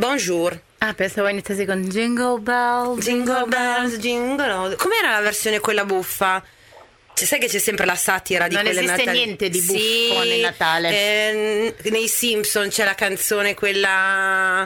Bonjour. Ah, pensavo iniziassi con Jingle Bells. Jingle bells, jingle all. Com'era la versione quella buffa? Sai che c'è sempre la satira di non quelle esiste natali- niente di buffo Sì, nel Natale. nei Simpson c'è la canzone quella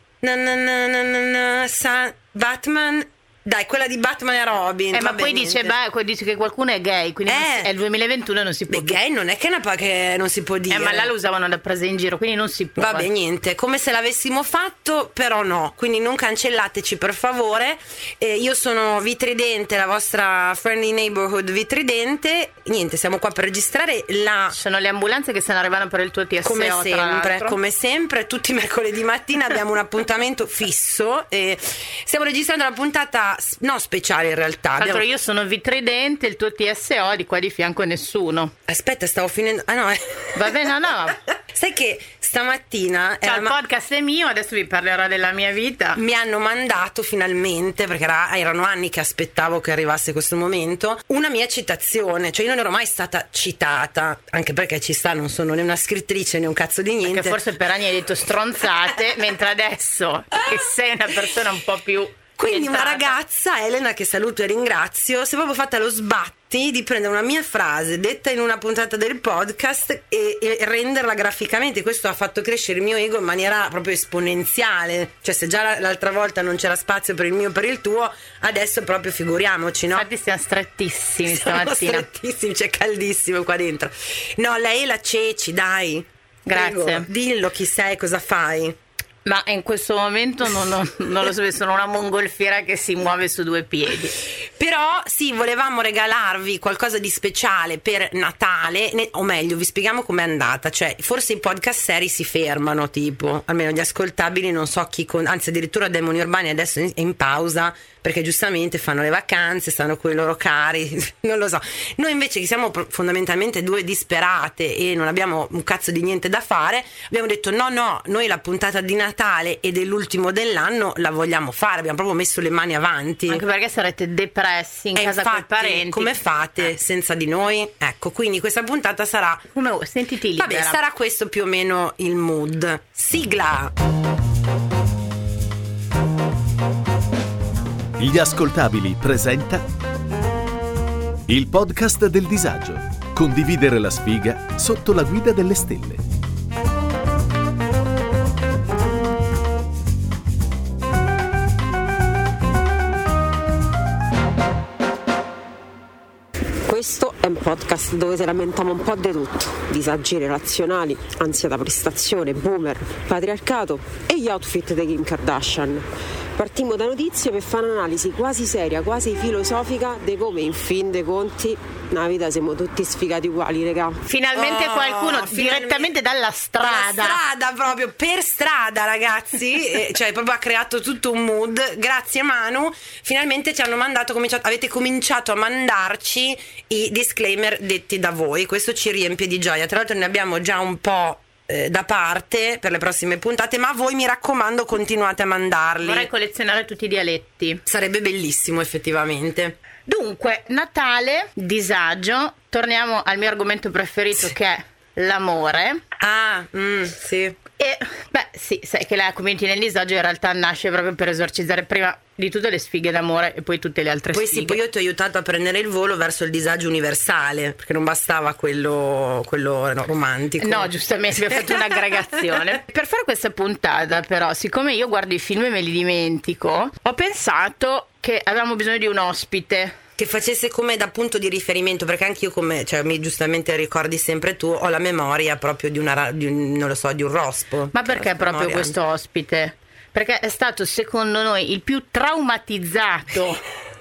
Batman. Dai, quella di Batman e Robin. Ma vabbè, poi niente. dice che qualcuno è gay, quindi è il 2021 e non si può. Beh, gay non è che che non si può dire. Ma là lo usavano da presa in giro, quindi non si può. Vabbè, niente, come se l'avessimo fatto, però no, quindi non cancellateci per favore. Io sono Vitridente, la vostra friendly neighborhood Vitridente. Niente, siamo qua per registrare Sono le ambulanze che stanno arrivando per il tuo TSO, come sempre, tutti i mercoledì mattina abbiamo un appuntamento fisso e stiamo registrando la puntata no speciale in realtà. Tra l'altro io sono Vitridente, il tuo TSO, di qua di fianco nessuno. Aspetta, stavo finendo. Ah no, Va bene, no. Sai che stamattina Il podcast è mio, adesso vi parlerò della mia vita. mi hanno mandato finalmente, perché erano anni che aspettavo che arrivasse questo momento, una mia citazione. Cioè io non ero mai stata citata, anche perché ci sta, non sono né una scrittrice né un cazzo di niente. Perché forse per anni hai detto stronzate, mentre adesso che sei una persona un po' più... Quindi una ragazza, Elena, che saluto e ringrazio, si è proprio fatta lo sbatti di prendere una mia frase detta in una puntata del podcast e renderla graficamente. Questo ha fatto crescere il mio ego in maniera proprio esponenziale. Cioè, se già l'altra volta non c'era spazio per il mio e per il tuo, adesso proprio figuriamoci, no? Infatti siamo strettissimi stamattina. Siamo strettissimi, c'è caldissimo qua dentro. No, lei è la Ceci, dai. Grazie. Prego, dillo chi sei, cosa fai. Ma in questo momento non lo so, sono una mongolfiera che si muove su due piedi. Però sì, volevamo regalarvi qualcosa di speciale per Natale, o meglio, vi spieghiamo com'è andata. Cioè, forse i podcast seri si fermano, tipo, almeno gli ascoltabili, non so chi, anzi addirittura Demoni Urbani adesso è in pausa, perché giustamente fanno le vacanze, stanno con i loro cari, non lo so. Noi invece, che siamo fondamentalmente due disperate e non abbiamo un cazzo di niente da fare, abbiamo detto no, noi la puntata di Natale e dell'ultimo dell'anno la vogliamo fare, abbiamo proprio messo le mani avanti. Anche perché sarete depressi in casa con i parenti. Come fate senza di noi? Ecco, quindi questa puntata sarà... Come vuoi, sentiti libera. Vabbè, sarà questo più o meno il mood. Sigla! Gli Ascoltabili presenta il podcast del disagio. Condividere la sfiga sotto la guida delle stelle. Questo è un podcast dove si lamentiamo un po' di tutto: disagi relazionali, ansia da prestazione, boomer, patriarcato e gli outfit di Kim Kardashian. Partiamo da notizie per fare un'analisi quasi seria, quasi filosofica di come in fin dei conti nella vita siamo tutti sfigati uguali, regà. Finalmente qualcuno direttamente dalla strada. Dalla strada, proprio per strada, ragazzi. Cioè proprio ha creato tutto un mood. Grazie Manu. Finalmente ci hanno mandato, avete cominciato a mandarci i disclaimer detti da voi. Questo ci riempie di gioia. Tra l'altro ne abbiamo già un po' da parte per le prossime puntate, ma voi, mi raccomando, continuate a mandarli. Vorrei collezionare tutti i dialetti. Sarebbe bellissimo, effettivamente. Dunque, Natale, disagio. Torniamo al mio argomento preferito, che è l'amore. Sì. E sì, sai che la community nel disagio in realtà nasce proprio per esorcizzare prima di tutte le sfighe d'amore e poi tutte le altre sfighe. Poi io ti ho aiutato a prendere il volo verso il disagio universale, perché non bastava quello romantico. No, giustamente, abbiamo fatto un'aggregazione. Per fare questa puntata, però, siccome io guardo i film e me li dimentico, ho pensato che avevamo bisogno di un ospite che facesse come da punto di riferimento, perché anche io, come mi giustamente ricordi sempre tu, ho la memoria proprio di un rospo. Ma perché proprio questo ospite? Perché è stato, secondo noi, il più traumatizzato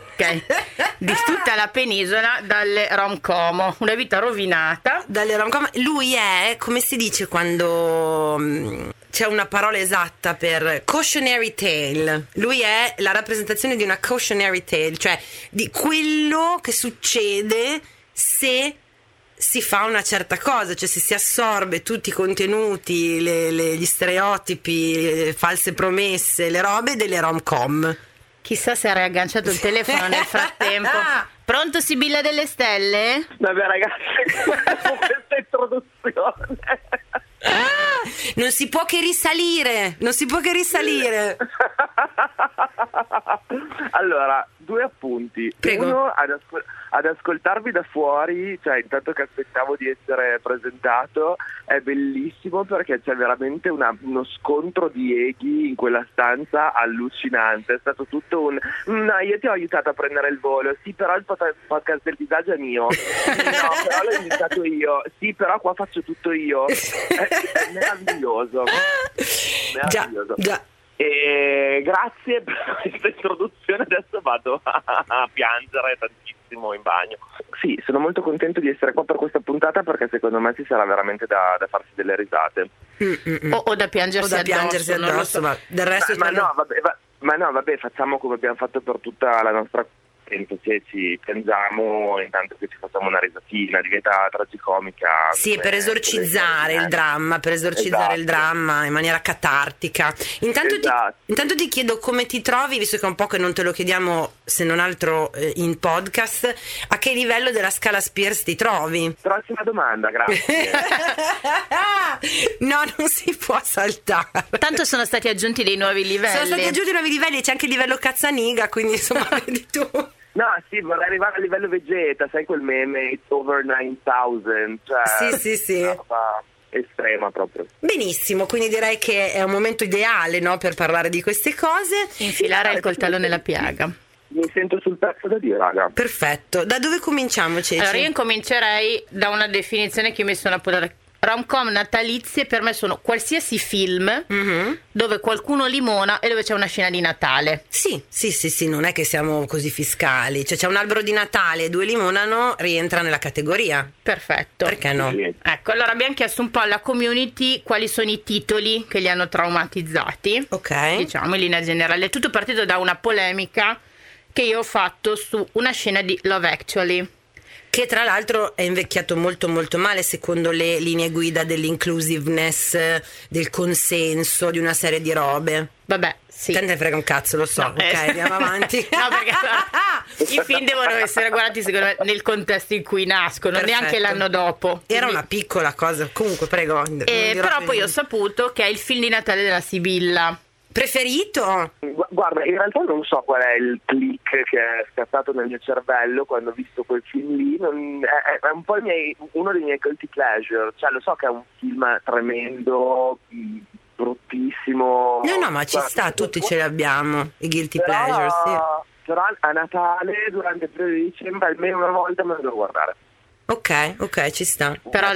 di tutta la penisola dalle rom-com. Una vita rovinata dalle rom-com. Lui è, come si dice quando c'è una parola esatta per cautionary tale, lui è la rappresentazione di una cautionary tale, cioè di quello che succede se si fa una certa cosa, cioè se si assorbe tutti i contenuti, gli stereotipi, le false promesse, le robe delle rom-com. Chissà se ha riagganciato il telefono nel frattempo. Pronto, Sibilla delle Stelle? Vabbè ragazzi, questa introduzione. Non si può che risalire. Allora, 2 appunti. Prego. Uno, ad ascoltarvi da fuori, cioè intanto che aspettavo di essere presentato, è bellissimo perché c'è veramente uno scontro di eghi in quella stanza allucinante. È stato tutto no, io ti ho aiutato a prendere il volo, sì, però il podcast del disagio è mio, no, però l'ho iniziato io, sì, però qua faccio tutto io. È meraviglioso. Già. E grazie per questa introduzione, adesso vado a piangere tantissimo in bagno. Sì, sono molto contento di essere qua per questa puntata perché secondo me ci sarà veramente da farsi delle risate. O da piangersi addosso, non lo so. Ma del resto ma no, vabbè, facciamo come abbiamo fatto per tutta la nostra tempo, se ci piangiamo intanto che ci facciamo una risatina, diventa tragicomica. Sì, per esorcizzare il dramma, il dramma in maniera catartica. Intanto ti chiedo come ti trovi, visto che è un po' che non te lo chiediamo se non altro in podcast, a che livello della scala Spears ti trovi? Prossima domanda, grazie. No, non si può saltare. Tanto sono stati aggiunti dei nuovi livelli. C'è anche il livello cazzaniga, quindi insomma vedi tu. No, sì, vorrei arrivare a livello Vegeta, sai quel meme, it's over 9000, cioè... Sì. Una roba estrema proprio. Benissimo, quindi direi che è un momento ideale, no, per parlare di queste cose. Infilare il coltello nella piaga. Mi sento sul pezzo da dire, raga. Perfetto, da dove cominciamo, Ceci? Allora io incomincerei da una definizione che io mi sono appodata. Rom-com natalizie per me sono qualsiasi film dove qualcuno limona e dove c'è una scena di Natale. Sì, non è che siamo così fiscali, cioè c'è un albero di Natale e 2 limonano, rientra nella categoria. Perfetto. Perché no? Sì. Ecco, allora abbiamo chiesto un po' alla community quali sono i titoli che li hanno traumatizzati. Ok. Diciamo in linea generale. È tutto partito da una polemica che io ho fatto su una scena di Love Actually. Che tra l'altro è invecchiato molto molto male secondo le linee guida dell'inclusiveness, del consenso, di una serie di robe. Vabbè, sì. Te ne frega un cazzo, lo so. No, ok, andiamo avanti. No, perché i film devono essere guardati secondo me nel contesto in cui nascono, Perfetto. neanche l'anno dopo. Era una piccola cosa, comunque prego. Però poi ho saputo che è il film di Natale della Sibilla. Preferito? Guarda, in realtà non so qual è il click che è scattato nel mio cervello quando ho visto quel film lì. È un po' uno dei miei guilty pleasure. Cioè, lo so che è un film tremendo, bruttissimo. No, ma ci sta, tutti ce li abbiamo, i guilty pleasure, sì. Però a Natale, durante il periodo di dicembre, almeno una volta me lo devo guardare. Ok, ci sta.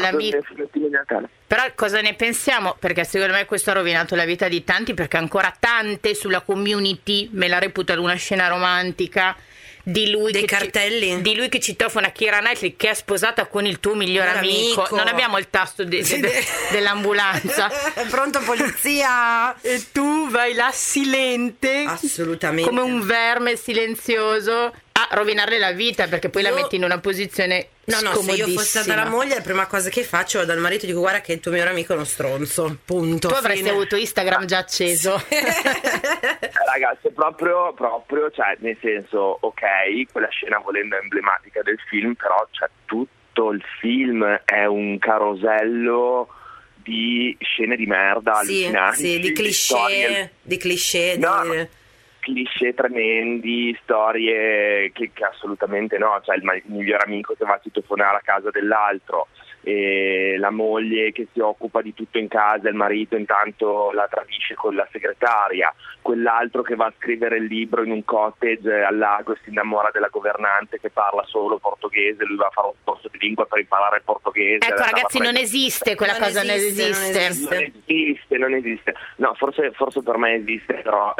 Però cosa ne pensiamo? Perché secondo me questo ha rovinato la vita di tanti, perché ancora tante sulla community me la reputano una scena romantica di lui dei che cartelli di lui che citofona Keira Knightley che è sposata con il tuo migliore amico. Non abbiamo il tasto dell'ambulanza. Pronto polizia? E tu vai là silente, assolutamente, come un verme silenzioso, a rovinarle la vita, perché poi la metti in una posizione No, se io fossi stata la moglie, la prima cosa che faccio è dal marito e dico: guarda che il tuo migliore amico è uno stronzo, punto. Tu avresti avuto Instagram già acceso. Ragazzi, proprio, cioè, nel senso, ok, quella scena volendo è emblematica del film, però cioè, tutto il film è un carosello di scene di merda allucinanti. Sì, di cliché, cliché tremendi, storie che assolutamente no, cioè il miglior amico che va a citofonare a casa dell'altro, e la moglie che si occupa di tutto in casa, il marito intanto la tradisce con la segretaria, quell'altro che va a scrivere il libro in un cottage al lago e si innamora della governante che parla solo portoghese, lui va a fare un corso di lingua per imparare il portoghese. Ecco ragazzi, non esiste quella cosa, non esiste. Non esiste. No, forse per me esiste, però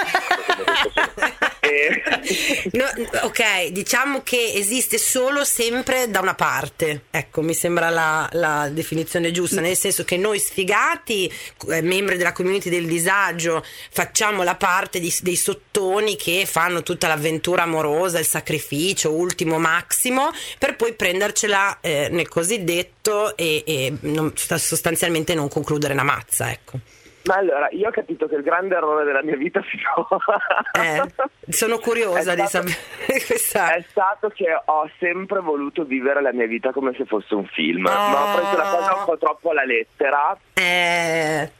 no, ok, diciamo che esiste solo sempre da una parte, ecco, mi sembra la definizione giusta, nel senso che noi sfigati, membri della community del disagio, facciamo la parte dei sottoni che fanno tutta l'avventura amorosa, il sacrificio ultimo massimo, per poi prendercela nel cosiddetto e sostanzialmente non concludere una mazza, ecco. Ma allora, io ho capito che il grande errore della mia vita finora sono curiosa di sapere questa. È stato che ho sempre voluto vivere la mia vita come se fosse un film, ma ho preso la cosa un po' troppo alla lettera. Un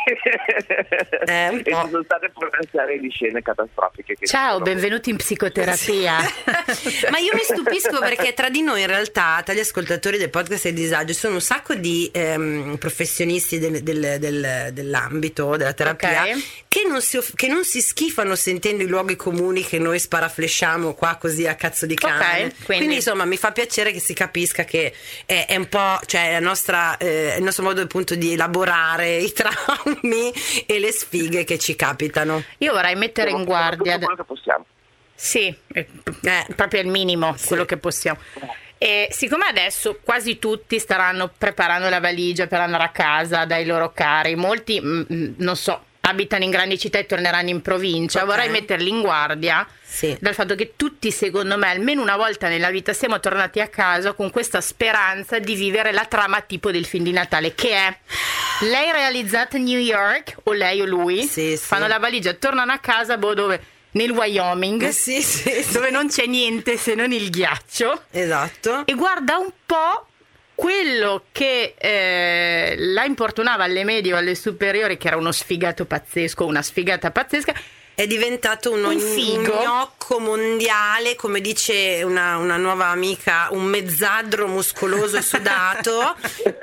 E po'. ci sono state pure una serie di scene catastrofiche che Ciao, benvenuti in psicoterapia. Ma io mi stupisco perché tra di noi in realtà, tra gli ascoltatori del podcast del disagio, ci sono un sacco di professionisti dell'ambito della terapia, Ok. che non si schifano sentendo i luoghi comuni che noi sparaflesciamo qua così a cazzo di cane. Ok, quindi insomma mi fa piacere che si capisca che è un po', cioè il nostro modo appunto di elaborare i traumi e le sfighe che ci capitano. Io vorrei mettere in guardia. quello che possiamo. Sì, proprio il minimo, quello che possiamo. E siccome adesso quasi tutti staranno preparando la valigia per andare a casa dai loro cari, molti, non so, abitano in grandi città e torneranno in provincia, Ok. vorrei metterli in guardia Sì. dal fatto che tutti, secondo me, almeno una volta nella vita siamo tornati a casa con questa speranza di vivere la trama tipo del film di Natale, che è lei realizzata a New York, o lei o lui, Sì, sì. fanno la valigia, tornano a casa, dove? Nel Wyoming, Sì, dove non c'è niente se non il ghiaccio, esatto. e guarda un po' quello che la importunava alle medie o alle superiori, che era uno sfigato pazzesco, una sfigata pazzesca. È diventato un figo. gnocco mondiale, come dice una nuova amica, un mezzadro muscoloso e sudato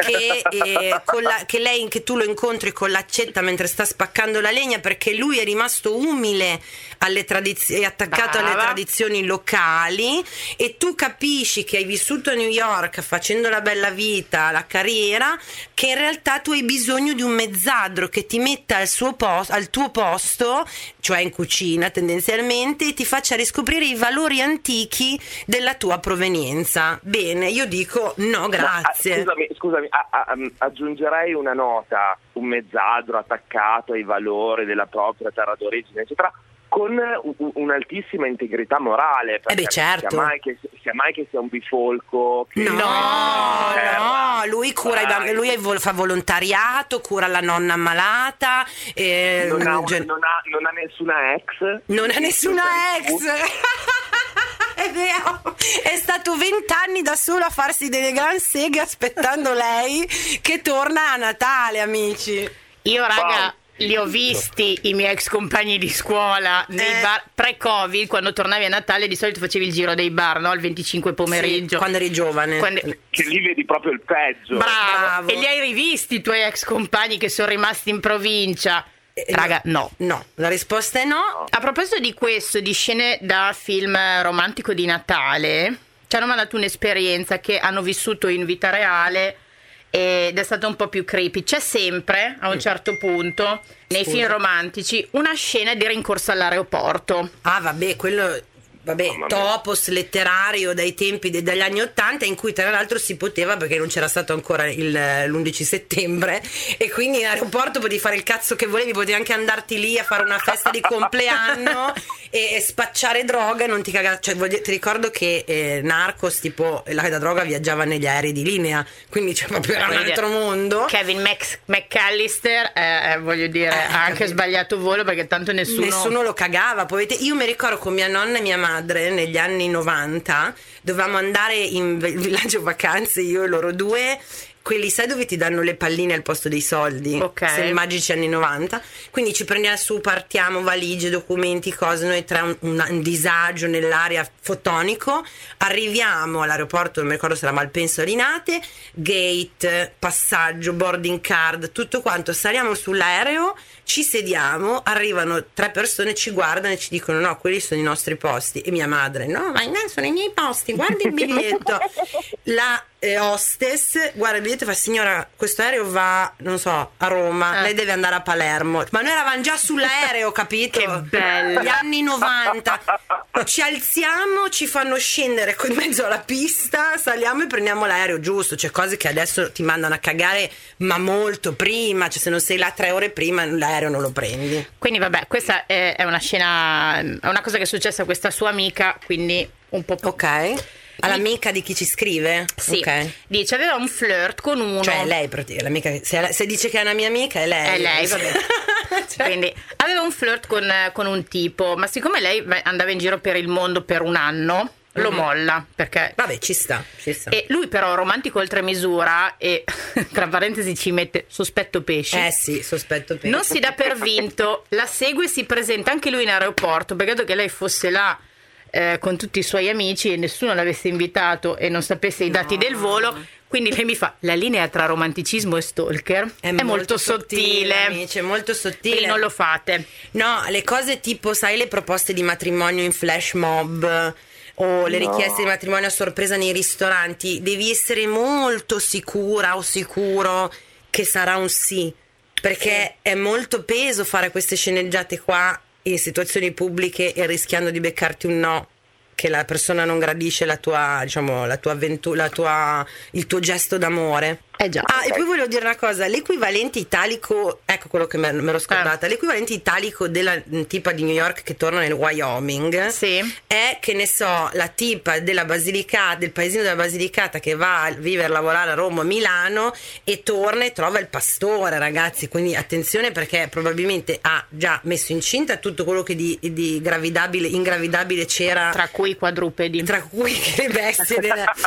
che tu lo incontri con l'accetta mentre sta spaccando la legna, perché lui è rimasto umile alle tradizioni, attaccato alle Brava. tradizioni locali, e tu capisci che hai vissuto a New York facendo la bella vita, la carriera, che in realtà tu hai bisogno di un mezzadro che ti metta al tuo posto, cioè in cucina tendenzialmente, e ti faccia riscoprire i valori antichi della tua provenienza. Bene, io dico no, grazie. Scusami, aggiungerei una nota: un mezzadro attaccato ai valori della propria terra d'origine, eccetera, con un'altissima integrità morale, perché certo. sia mai che sia un bifolco che No, lui cura lui fa volontariato, cura la nonna ammalata, non ha nessuna ex. Non ha nessuna ex. È vero, è stato 20 anni da solo a farsi delle gran seghe aspettando lei che torna a Natale, amici. Io, raga, li ho visti i miei ex compagni di scuola nei bar pre-Covid, quando tornavi a Natale di solito facevi il giro dei bar, no? Il 25 pomeriggio. Sì, quando eri giovane. Che lì vedi proprio il peggio. Bravo. E li hai rivisti i tuoi ex compagni che sono rimasti in provincia? Raga, no. No, la risposta è no. A proposito di questo, di scene da film romantico di Natale, ci hanno mandato un'esperienza che hanno vissuto in vita reale ed è stata un po' più creepy. C'è sempre, a un certo punto, nei film romantici, una scena di rincorsa all'aeroporto. Ah, vabbè, quello... topos letterario dai tempi dagli anni '80, in cui tra l'altro si poteva, perché non c'era stato ancora l'11 settembre, e quindi in aeroporto potevi fare il cazzo che volevi, potevi anche andarti lì a fare una festa di compleanno e spacciare droga e non ti cagare. Cioè, ti ricordo che Narcos, tipo, la droga viaggiava negli aerei di linea, quindi proprio era un altro mondo. Kevin McAllister, voglio dire, ha anche sbagliato volo, perché tanto nessuno lo cagava. Io mi ricordo con mia nonna e mia madre negli anni 90 dovevamo andare in villaggio vacanze, io e loro due, quelli sai dove ti danno le palline al posto dei soldi, Ok. i magici anni 90, quindi ci prendiamo su, partiamo, valigie, documenti, cose, noi tre un disagio nell'area fotonico, arriviamo all'aeroporto, non mi ricordo se era Malpensa o Linate, gate, passaggio, boarding card, tutto quanto, saliamo sull'aereo, ci sediamo, arrivano 3 persone, ci guardano e ci dicono no, quelli sono i nostri posti, e mia madre no, ma sono i miei posti, guardi il biglietto. La hostess guarda il biglietto e fa: signora, questo aereo va, non so, a Roma, lei deve andare a Palermo. Ma noi eravamo già sull'aereo, capito? Che bello. Gli anni 90. Ci alziamo, ci fanno scendere in mezzo alla pista, saliamo e prendiamo l'aereo, giusto, cioè cose che adesso ti mandano a cagare, ma molto prima, cioè se non sei là 3 ore prima l'aereo non lo prendi. Quindi vabbè, questa è una scena, è una cosa che è successa a questa sua amica, quindi un po'... Ok. All'amica di chi ci scrive? Sì, Ok. dice aveva un flirt con uno. Cioè lei, l'amica, se dice che è una mia amica è lei. È lei, vabbè. Cioè, Quindi aveva un flirt con un tipo, ma siccome lei andava in giro per il mondo per un anno, lo molla perché vabbè, ci sta. e lui però romantico oltre misura e tra parentesi ci mette sospetto pesci. Sì, sospetto pesci. Non si dà per vinto, la segue e si presenta anche lui in aeroporto. Peccato che lei fosse là con tutti i suoi amici e nessuno l'avesse invitato e non sapesse i dati del volo. Quindi lei mi fa: la linea tra romanticismo e stalker è molto sottile. Amici, è molto sottile. Quindi non lo fate. No, le cose tipo, sai, le proposte di matrimonio in flash mob o le richieste di matrimonio a sorpresa nei ristoranti, devi essere molto sicura o sicuro che sarà un sì, perché è molto peso fare queste sceneggiate qua in situazioni pubbliche e rischiando di beccarti un no, che la persona non gradisce la tua, diciamo, la tua avventura, il tuo gesto d'amore. Già. E poi volevo dire una cosa, l'equivalente italico, ecco quello che me l'ho scordata, l'equivalente italico della tipa di New York che torna nel Wyoming è, che ne so, la tipa della Basilicata, del paesino della Basilicata che va a vivere, lavorare a Roma, a Milano e torna e trova il pastore, ragazzi, quindi attenzione perché probabilmente ha già messo incinta tutto quello che di ingravidabile c'era, Tra cui quadrupedi. tra cui le bestie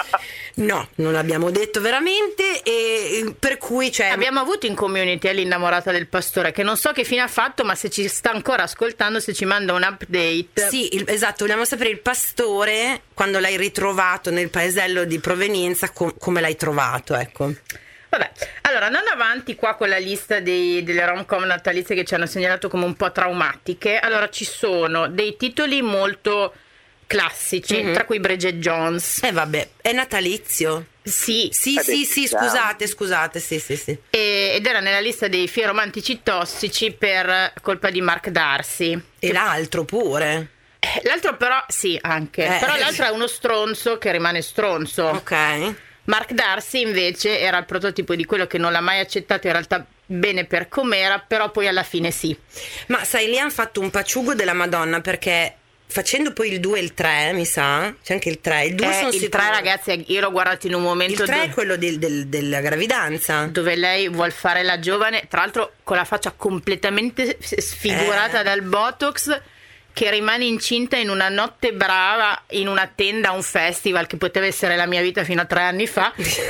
no, non l'abbiamo detto veramente, e per cui Abbiamo avuto in community l'innamorata del pastore, che non so che fine ha fatto, ma se ci sta ancora ascoltando, se ci manda un update. Sì, esatto, vogliamo sapere il pastore, quando l'hai ritrovato nel paesello di provenienza, come l'hai trovato, ecco. Vabbè, allora andando avanti qua con la lista delle rom-com natalizie che ci hanno segnalato come un po' traumatiche, allora ci sono dei titoli molto classici, tra cui Bridget Jones. Vabbè, è natalizio. Sì. Sì, scusate, sì. Ed era nella lista dei film romantici tossici per colpa di Mark Darcy. E l'altro pure. L'altro però, sì, anche. Però l'altro è uno stronzo che rimane stronzo. Ok. Mark Darcy invece era il prototipo di quello che non l'ha mai accettato in realtà bene per com'era, però poi alla fine sì. Ma sai, lì hanno fatto un paciugo della Madonna, perché facendo poi il 2 e il 3, mi sa, c'è anche il 3. Il 2 sono il 3, ragazzi, io l'ho guardato in un momento. Il 3 è quello della gravidanza, dove lei vuol fare la giovane, tra l'altro con la faccia completamente sfigurata dal Botox, che rimane incinta in una notte brava in una tenda a un festival che poteva essere la mia vita fino a 3 anni fa.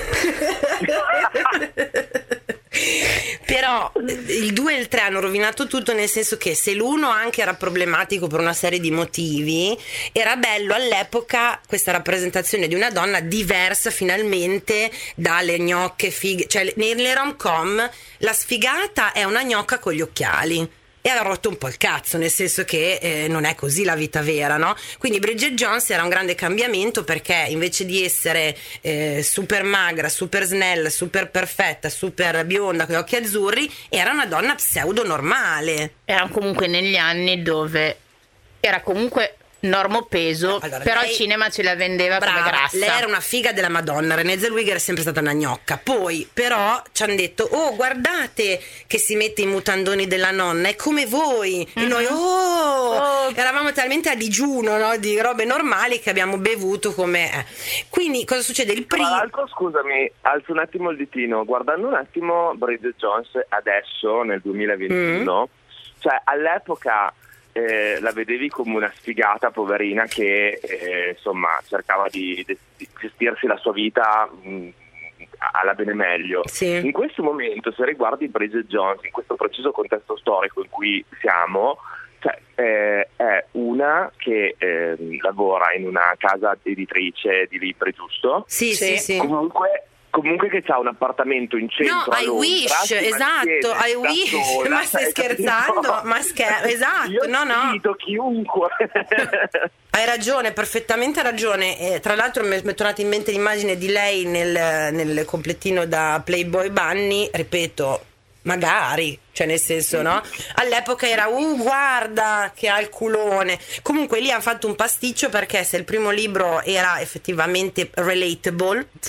Però il 2 e il 3 hanno rovinato tutto, nel senso che se l'1 anche era problematico per una serie di motivi, era bello all'epoca questa rappresentazione di una donna diversa finalmente dalle gnocche fighe, cioè nelle rom-com la sfigata è una gnocca con gli occhiali. E ha rotto un po' il cazzo, nel senso che non è così la vita vera, no? Quindi Bridget Jones era un grande cambiamento, perché invece di essere super magra, super snella, super perfetta, super bionda con gli occhi azzurri, era una donna pseudo normale. Era comunque negli anni dove era comunque normopeso, allora, però lei, il cinema ce la vendeva come grassa. Lei era una figa della Madonna. Renée Zellweger è sempre stata una gnocca. Poi però ci hanno detto: oh, guardate che si mette i mutandoni della nonna, è come voi. E noi eravamo talmente a digiuno, no, di robe normali che abbiamo bevuto come Quindi cosa succede? Il primo, tra l'altro, scusami, alzo un attimo il ditino, guardando un attimo Bridget Jones adesso nel 2021, cioè all'epoca la vedevi come una sfigata poverina che insomma cercava di gestirsi la sua vita alla bene meglio. Sì. In questo momento, se riguardi Bridget Jones, in questo preciso contesto storico in cui siamo, cioè, è una che lavora in una casa editrice di libri, giusto? Sì. Comunque che c'ha un appartamento in centro a Londra, esatto, I wish, sola, ma stai scherzando? No. Esatto, io no. invito chiunque. Hai ragione, perfettamente ragione. Tra l'altro mi è tornata in mente l'immagine di lei nel completino da Playboy Bunny, ripeto, magari, cioè nel senso, no? All'epoca era guarda che ha il culone. Comunque lì hanno fatto un pasticcio, perché se il primo libro era effettivamente relatable, sì,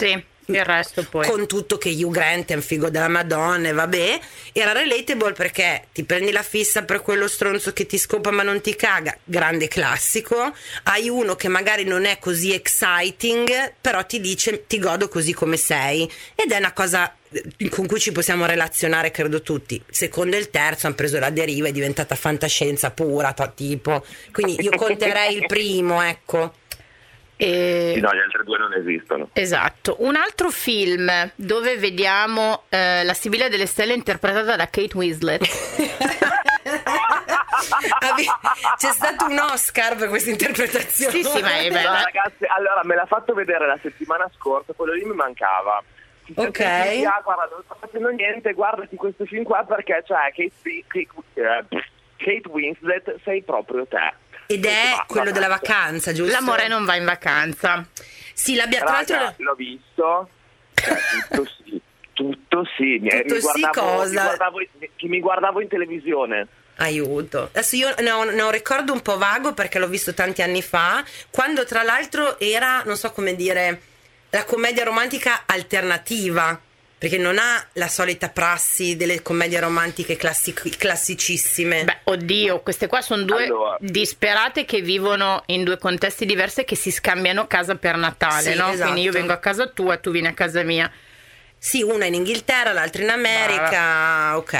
il resto poi. Con tutto che Hugh Grant è un figo della Madonna, e vabbè, era relatable perché ti prendi la fissa per quello stronzo che ti scopa ma non ti caga, grande classico. Hai uno che magari non è così exciting, però ti dice ti godo così come sei, ed è una cosa con cui ci possiamo relazionare, credo tutti. Il secondo e il terzo hanno preso la deriva, è diventata fantascienza pura, tipo, quindi io conterei il primo, ecco. No, gli altri due non esistono. Esatto. Un altro film dove vediamo la Sibilla delle Stelle interpretata da Kate Winslet. C'è stato un Oscar per questa interpretazione. Sì, ma è bella. No, ragazzi, allora me l'ha fatto vedere la settimana scorsa, quello lì mi mancava. Ok. Guarda, non sto facendo niente, guardati questo film qua perché c'è Kate Winslet, sei proprio te. Ed è quello della vacanza, giusto? L'amore non va in vacanza. Sì, tra l'altro l'ho visto. Tutto sì. Mi guardavo in televisione. Aiuto. Adesso io ne ho un ricordo un po' vago perché l'ho visto tanti anni fa, quando tra l'altro era, non so come dire, la commedia romantica alternativa, perché non ha la solita prassi delle commedie romantiche classicissime. Beh, oddio, queste qua sono due disperate che vivono in due contesti diversi e che si scambiano casa per Natale, sì, no? Esatto. Quindi io vengo a casa tua e tu vieni a casa mia. Sì, una in Inghilterra, l'altra in America, ok.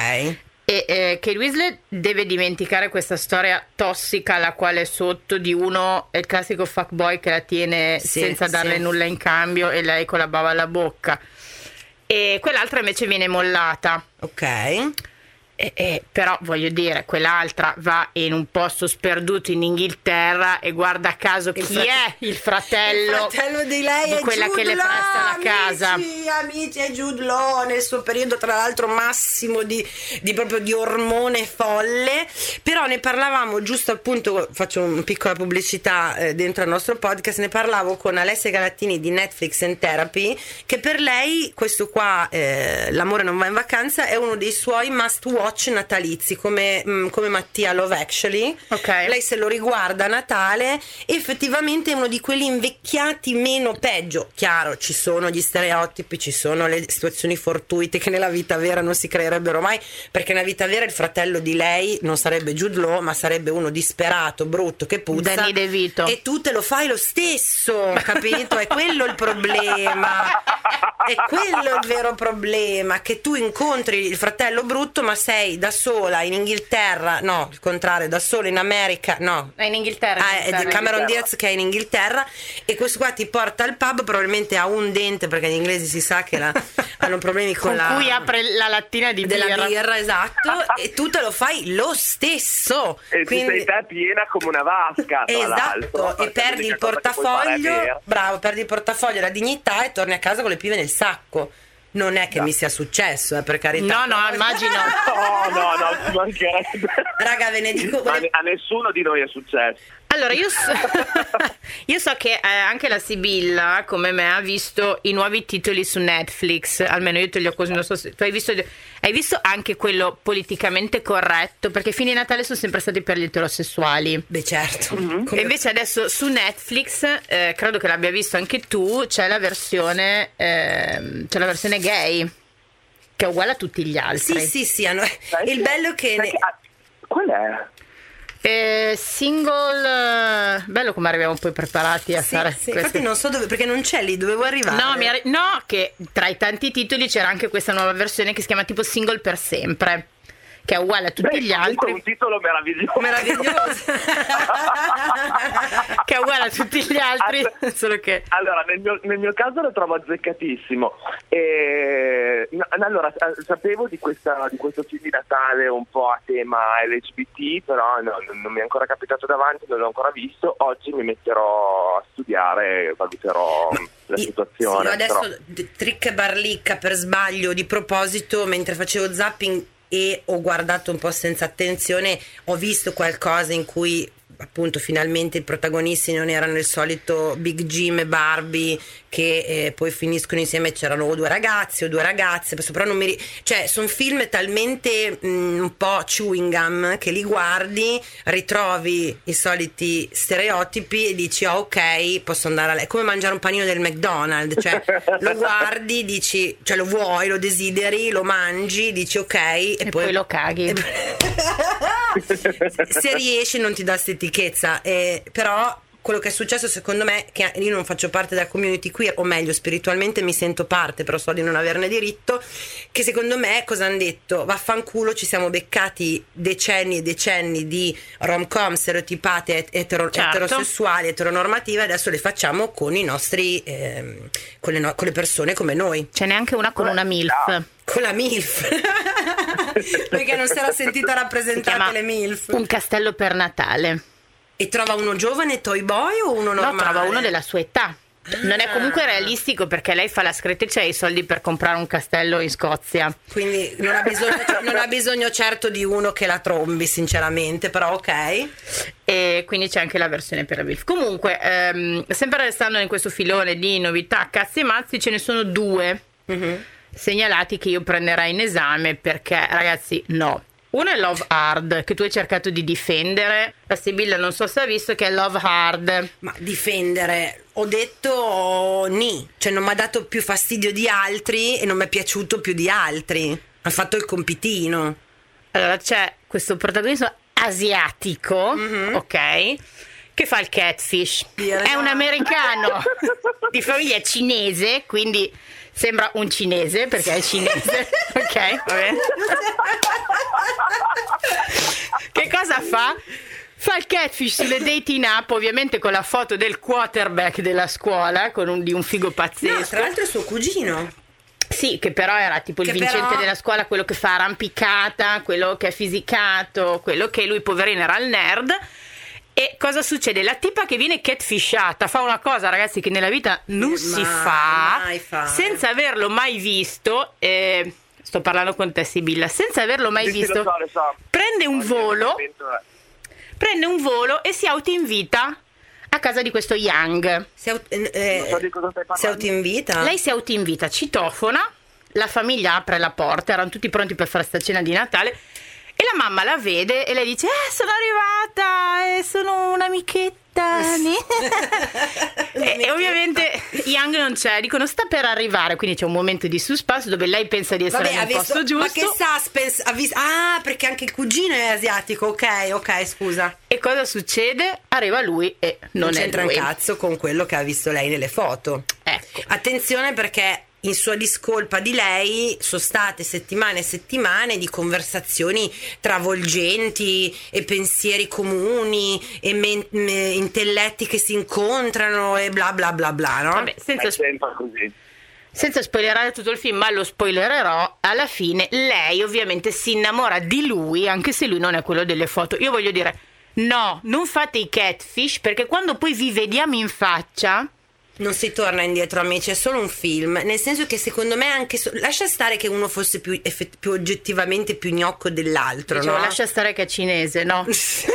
E Kate Winslet deve dimenticare questa storia tossica alla quale è sotto, di uno, è il classico fuckboy che la tiene senza darle nulla in cambio e lei con la bava alla bocca. E quell'altra invece viene mollata. Ok. Però voglio dire, quell'altra va in un posto sperduto in Inghilterra e guarda caso chi è il fratello di lei, di quella che le presta la casa. Amici, è Jude Law, nel suo periodo tra l'altro massimo di proprio di ormone folle. Però ne parlavamo, giusto appunto, faccio una piccola pubblicità dentro al nostro podcast, ne parlavo con Alessia Galattini di Netflix and Therapy, che per lei questo qua, L'amore non va in vacanza, è uno dei suoi must watch natalizi, come Mattia Love Actually. Okay. Lei se lo riguarda a Natale, effettivamente è uno di quelli invecchiati meno peggio. Chiaro, ci sono gli stereotipi, ci sono le situazioni fortuite che nella vita vera non si creerebbero mai, perché nella vita vera il fratello di lei non sarebbe Jude Law, ma sarebbe uno disperato, brutto, che puzza, Danny DeVito, e tu te lo fai lo stesso, capito? È quello il problema, è quello il vero problema, che tu incontri il fratello brutto ma sei da sola in Inghilterra, no, il contrario, da sola in America, no, è in Inghilterra, è di Cameron Diaz che è in Inghilterra, e questo qua ti porta al pub, probabilmente ha un dente, perché gli inglesi si sa che hanno problemi con cui apre la lattina della birra, esatto, e tu te lo fai lo stesso, e quindi sei te piena come una vasca, esatto, e perdi il portafoglio, bravo, perdi il portafoglio, la dignità, e torni a casa con le pive nel sacco. Non è che mi sia successo, per carità. No, immagino. No, ci mancherebbe. Raga, ve ne dico. A nessuno di noi è successo. Allora, io so che anche la Sibilla, come me, ha visto i nuovi titoli su Netflix. Almeno io te li ho così. Non so se tu hai visto anche quello politicamente corretto, perché i film di Natale sono sempre stati per gli eterosessuali. Beh, certo. Mm-hmm. E invece adesso su Netflix, credo che l'abbia visto anche tu, c'è la versione gay, che è uguale a tutti gli altri. Sì. Il bello è che qual è? Single, bello come arriviamo poi preparati a fare sì, infatti non so dove, perché non c'è lì, dovevo arrivare. No, che tra i tanti titoli c'era anche questa nuova versione che si chiama tipo Single per sempre, che è uguale a tutti gli altri. È un titolo meraviglioso. Che è uguale a tutti gli altri, solo che allora nel mio caso lo trovo azzeccatissimo. Allora sapevo di questo film di Natale un po' a tema LGBT, però non mi è ancora capitato davanti, non l'ho ancora visto. Oggi mi metterò a studiare, valuterò la situazione. Sì, adesso trick barlicca per sbaglio, di proposito, mentre facevo zapping e ho guardato un po' senza attenzione, ho visto qualcosa in cui appunto finalmente i protagonisti non erano il solito Big Jim e Barbie che poi finiscono insieme, c'erano o due ragazzi o due ragazze, però non cioè sono film talmente un po' chewing gum che li guardi, ritrovi i soliti stereotipi e dici ok, posso andare a letto. È come mangiare un panino del McDonald's, cioè lo guardi, dici, cioè lo vuoi, lo desideri, lo mangi, dici ok e poi lo caghi. Se riesci non ti dà stitichezza, però quello che è successo secondo me, che io non faccio parte della community queer, o meglio spiritualmente mi sento parte, però so di non averne diritto, che secondo me cosa hanno detto? Vaffanculo, ci siamo beccati decenni e decenni di rom-com stereotipate eterosessuali, eteronormative, adesso le facciamo con i nostri con le persone come noi. C'è neanche una con una MILF. Con la MILF perché non si era sentita rappresentate le MILF. Un castello per Natale. E trova uno giovane toy boy o uno normale? No, trova uno della sua età. Non è comunque realistico perché lei fa la scrittrice e ha i soldi per comprare un castello in Scozia. Quindi non ha bisogno certo di uno che la trombi, sinceramente, però ok. E quindi c'è anche la versione per la MILF. Comunque, sempre restando in questo filone di novità cazzi e mazzi, ce ne sono due segnalati che io prenderei in esame perché, ragazzi, no. Uno è Love Hard, che tu hai cercato di difendere. La Sibilla non so se ha visto che è Love Hard. Ma difendere, ho detto cioè non mi ha dato più fastidio di altri e non mi è piaciuto più di altri. Ha fatto il compitino. Allora c'è questo protagonista asiatico, ok, che fa il catfish. È un americano di famiglia cinese, quindi sembra un cinese perché è cinese. Ok, va bene. Che cosa fa? Fa il catfish sulle dating app, ovviamente con la foto del quarterback della scuola, di un figo pazzesco. No, tra l'altro è suo cugino. Sì, che però era tipo il vincente della scuola, quello che fa arrampicata, quello che è fisicato, quello che lui poverino era il nerd. E cosa succede? La tipa che viene catfishata fa una cosa, ragazzi, che nella vita non si fa senza averlo mai visto. Sto parlando con te, Sibilla. Senza averlo mai visto, lo so. Prende un volo e si autoinvita a casa di questo Young. Si autoinvita? Lei si autoinvita, citofona, la famiglia apre la porta, erano tutti pronti per fare sta cena di Natale. E la mamma la vede e lei dice sono arrivata e sono un'amichetta. e ovviamente Young non c'è, dicono sta per arrivare, quindi c'è un momento di suspense dove lei pensa di essere nel posto giusto. Ma che suspense? Perché anche il cugino è asiatico, ok, scusa. E cosa succede? Arriva lui e non c'entra è lui. un cazzo con quello che ha visto lei nelle foto. Ecco. Attenzione perché in sua discolpa di lei sono state settimane e settimane di conversazioni travolgenti e pensieri comuni e intelletti che si incontrano e bla bla bla bla, no? Vabbè, così. Senza spoilerare tutto il film, ma lo spoilererò, alla fine lei ovviamente si innamora di lui anche se lui non è quello delle foto. Io voglio dire, no, non fate i catfish perché quando poi vi vediamo in faccia non si torna indietro, amici, è solo un film, nel senso che secondo me anche lascia stare che uno fosse più oggettivamente più gnocco dell'altro. Dicevo, no? Lascia stare che è cinese, no?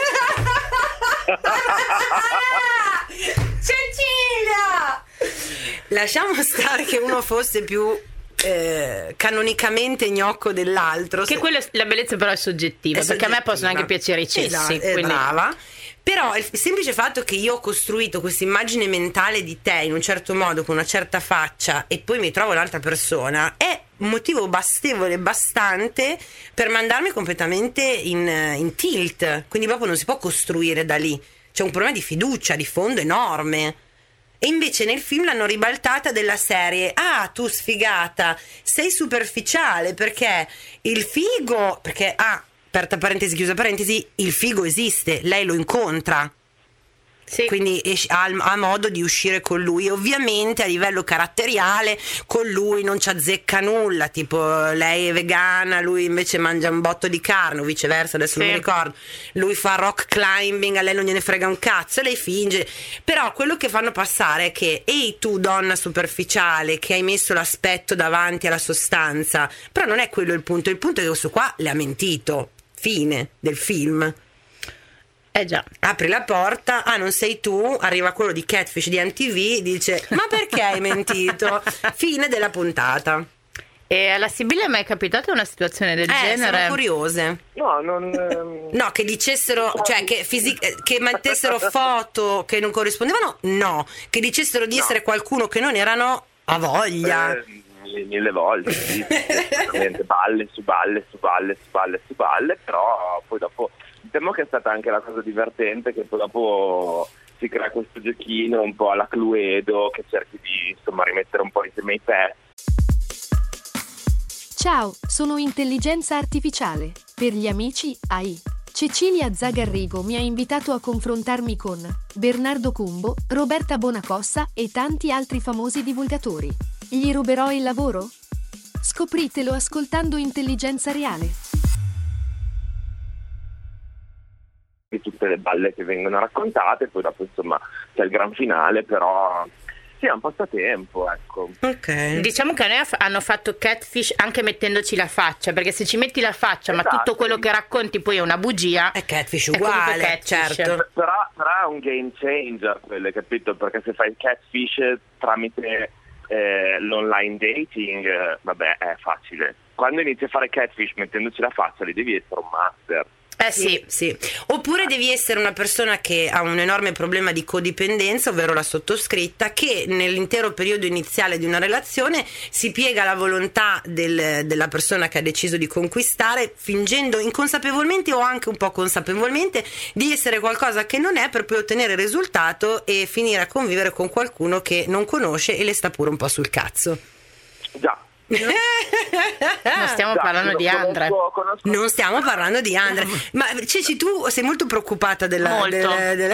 Cecilia! Lasciamo stare che uno fosse più canonicamente gnocco dell'altro. Che la bellezza però è soggettiva, perché a me possono anche piacere i cessi. Esatto, quindi... brava. Però il semplice fatto che io ho costruito questa immagine mentale di te in un certo modo, con una certa faccia, e poi mi trovo un'altra persona, è un motivo bastante per mandarmi completamente in tilt. Quindi proprio non si può costruire da lì. C'è un problema di fiducia, di fondo enorme. E invece nel film l'hanno ribaltata della serie: ah, tu sfigata, sei superficiale perché il figo, perché aperta parentesi, chiusa parentesi, il figo esiste, lei lo incontra. Sì. Quindi ha modo di uscire con lui. Ovviamente a livello caratteriale con lui non ci azzecca nulla, tipo lei è vegana, lui invece mangia un botto di carne o viceversa, adesso non mi ricordo. Lui fa rock climbing, a lei non gliene frega un cazzo, lei finge. Però quello che fanno passare è che ehi tu donna superficiale che hai messo l'aspetto davanti alla sostanza, però non è quello il punto è che questo qua le ha mentito. Fine del film. Già. Apri la porta, non sei tu, arriva quello di Catfish di MTV, dice ma perché hai mentito? Fine della puntata. E alla Sibilla è mai capitata una situazione del genere? Siamo curiose. No, non... No, che dicessero, cioè che mettessero foto che non corrispondevano, no. Che dicessero di essere qualcuno che non erano, a voglia. 1000 volte, sì. Balle su balle su balle su balle su balle, però poi dopo diciamo che è stata anche la cosa divertente, che poi dopo si crea questo giochino un po' alla Cluedo, che cerchi di insomma rimettere un po' insieme i pezzi. Ciao, sono intelligenza artificiale. Per gli amici, AI. Cecilia Zagarrigo mi ha invitato a confrontarmi con Bernardo Cumbo, Roberta Bonacossa e tanti altri famosi divulgatori. Gli ruberò il lavoro? Scopritelo ascoltando Intelligenza Reale. Di tutte le balle che vengono raccontate, poi dopo insomma c'è il gran finale, però sì, è un passatempo, ecco. Ok. Diciamo che a noi hanno fatto Catfish anche mettendoci la faccia, perché se ci metti la faccia ma tutto quello che racconti poi è una bugia, è Catfish è comunque uguale, Catfish. certo. Però è un game changer quello, capito? Perché se fai il Catfish tramite l'online dating, vabbè, è facile. Quando inizi a fare Catfish mettendoci la faccia, lì devi essere un master. Sì. Oppure devi essere una persona che ha un enorme problema di codipendenza, ovvero la sottoscritta, che nell'intero periodo iniziale di una relazione si piega alla volontà della persona che ha deciso di conquistare, fingendo inconsapevolmente o anche un po' consapevolmente di essere qualcosa che non è, per poi ottenere il risultato e finire a convivere con qualcuno che non conosce e le sta pure un po' sul cazzo. Già. Non stiamo parlando di Andrea. Non stiamo parlando di Andrea. Ma Ceci, tu sei molto preoccupata Molto.